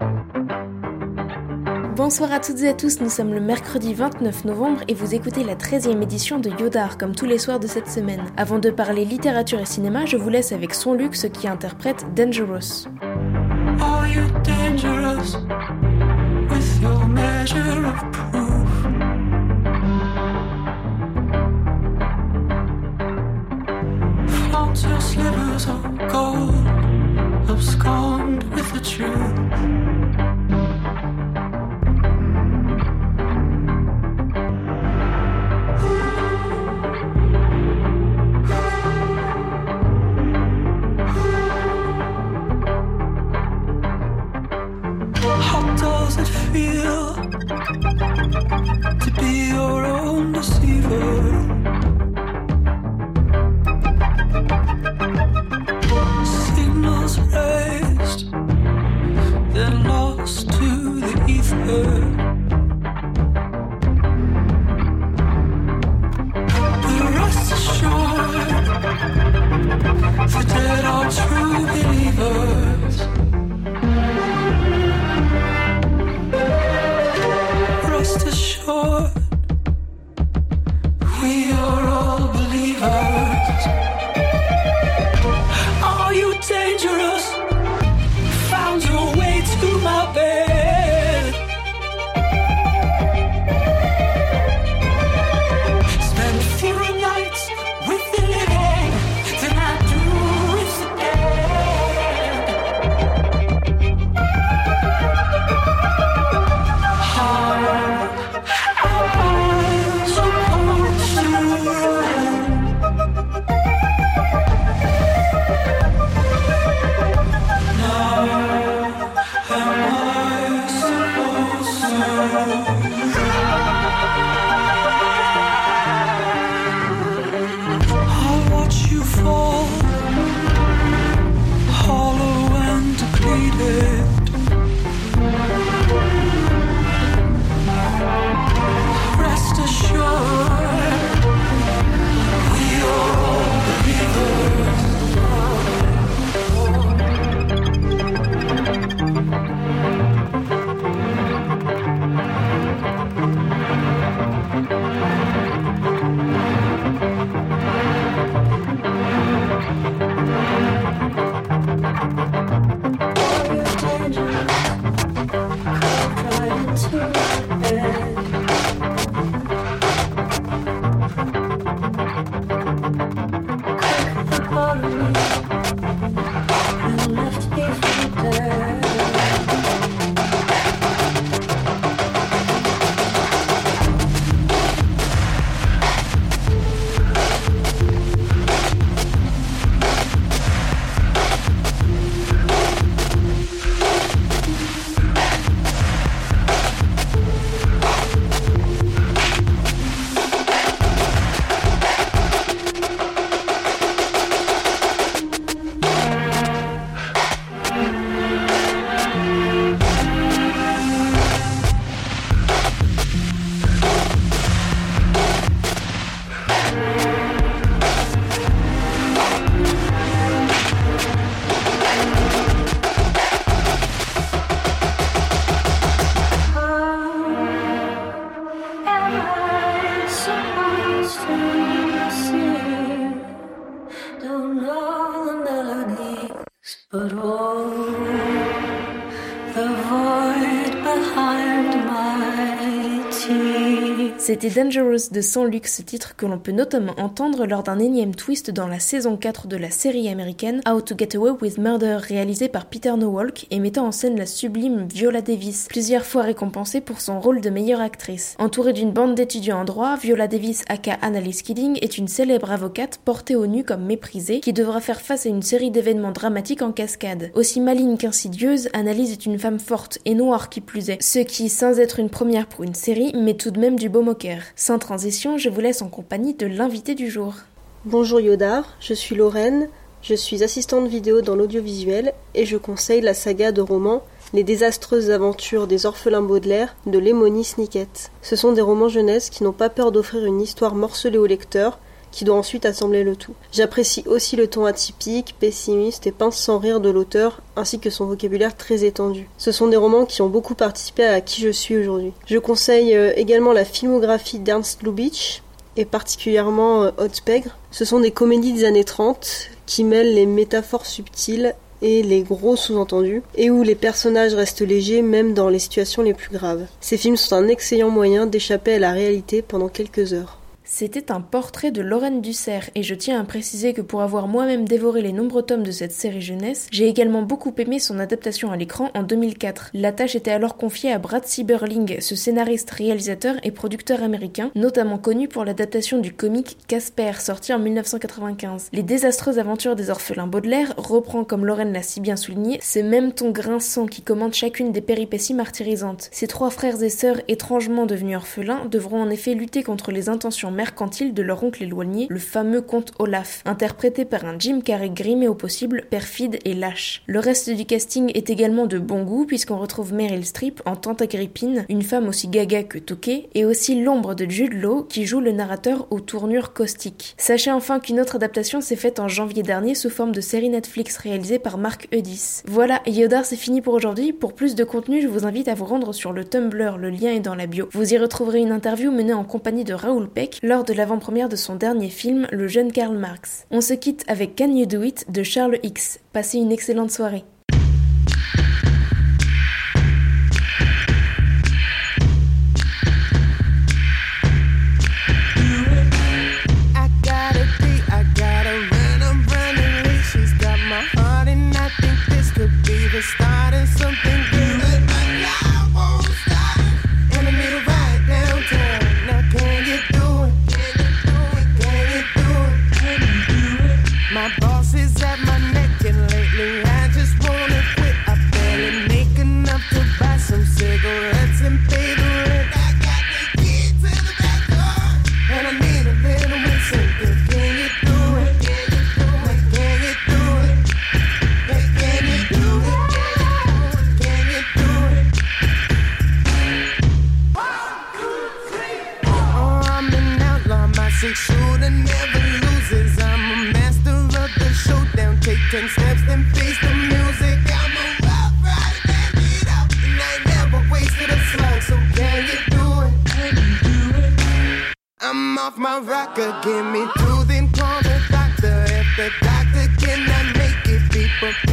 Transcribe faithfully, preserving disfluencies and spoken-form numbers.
Bonsoir à toutes et à tous, nous sommes le mercredi vingt-neuf novembre et vous écoutez la treizième édition de Yodar, comme tous les soirs de cette semaine. Avant de parler littérature et cinéma, je vous laisse avec Son Luxe qui interprète Dangerous. Are you dangerous with your measure of proof? Flaunt your slivers of gold, abscond with the truth. Feel to be your own deceiver. Signals raised, then lost to the ether. But rest assured, the dead are true believers. Rest assured, we are all believers. Are you dangerous? Found your way to my bed. Spend fewer nights with the living than I do with the dead. C'était Dangerous de Son Luxe, titre que l'on peut notamment entendre lors d'un énième twist dans la saison quatre de la série américaine How to Get Away with Murder, réalisée par Peter Nowalk et mettant en scène la sublime Viola Davis, plusieurs fois récompensée pour son rôle de meilleure actrice. Entourée d'une bande d'étudiants en droit, Viola Davis aka Annalise Keating est une célèbre avocate portée au nu comme méprisée qui devra faire face à une série d'événements dramatiques en cascade. Aussi maligne qu'insidieuse, Annalise est une femme forte et noire qui plus est, ce qui, sans être une première pour une série, met tout de même du baume au cœur. Sans transition, je vous laisse en compagnie de l'invité du jour. Bonjour Yodar, je suis Lorraine, je suis assistante vidéo dans l'audiovisuel et je conseille la saga de romans Les désastreuses aventures des orphelins Baudelaire de Lemony Snicket. Ce sont des romans jeunesse qui n'ont pas peur d'offrir une histoire morcelée au lecteur qui doit ensuite assembler le tout. J'apprécie aussi le ton atypique, pessimiste et pince sans rire de l'auteur, ainsi que son vocabulaire très étendu. Ce sont des romans qui ont beaucoup participé à qui je suis aujourd'hui. Je conseille euh, également la filmographie d'Ernst Lubitsch, et particulièrement euh, Haute Pègre. Ce sont des comédies des années trente qui mêlent les métaphores subtiles et les gros sous-entendus, et où les personnages restent légers même dans les situations les plus graves. Ces films sont un excellent moyen d'échapper à la réalité pendant quelques heures. C'était un portrait de Lorraine Dussert, et je tiens à préciser que pour avoir moi-même dévoré les nombreux tomes de cette série jeunesse, j'ai également beaucoup aimé son adaptation à l'écran en deux mille quatre. La tâche était alors confiée à Brad Sieberling, ce scénariste, réalisateur et producteur américain, notamment connu pour l'adaptation du comic Casper, sorti en mille neuf cent quatre-vingt-quinze. Les désastreuses aventures des orphelins Baudelaire reprend, comme Lorraine l'a si bien souligné, ce même ton grinçant qui commente chacune des péripéties martyrisantes. Ces trois frères et sœurs étrangement devenus orphelins devront en effet lutter contre les intentions mercantile de leur oncle éloigné, le fameux comte Olaf, interprété par un Jim Carrey grimé au possible, perfide et lâche. Le reste du casting est également de bon goût puisqu'on retrouve Meryl Streep en Tante Agrippine, une femme aussi gaga que toquée, et aussi l'ombre de Jude Law qui joue le narrateur aux tournures caustiques. Sachez enfin qu'une autre adaptation s'est faite en janvier dernier sous forme de série Netflix réalisée par Mark Eudis. Voilà, Yodar, c'est fini pour aujourd'hui. Pour plus de contenu, je vous invite à vous rendre sur le Tumblr, le lien est dans la bio. Vous y retrouverez une interview menée en compagnie de Raoul Peck lors de l'avant-première de son dernier film, Le jeune Karl Marx. On se quitte avec Can You Do It de Charles X. Passez une excellente soirée. My boss is at my neck and lately I just wanna quit. I barely make enough to buy some cigarettes and pay the rent. I got the key to the back door and I need a little incentive. Can you do it? Can you do it? Can you do it? Hey, can you do it? Can you do it? One, two, three. Oh, I'm an outlaw, my six shooter never loses. I'm a master of the showdown. Take ten steps, then face the music. I'm a rough rider, man, get up. And I ain't never wasted a slug, so can you do it? Can you do it? I'm off my rocker, give me two, then call the doctor. If the doctor cannot make it, people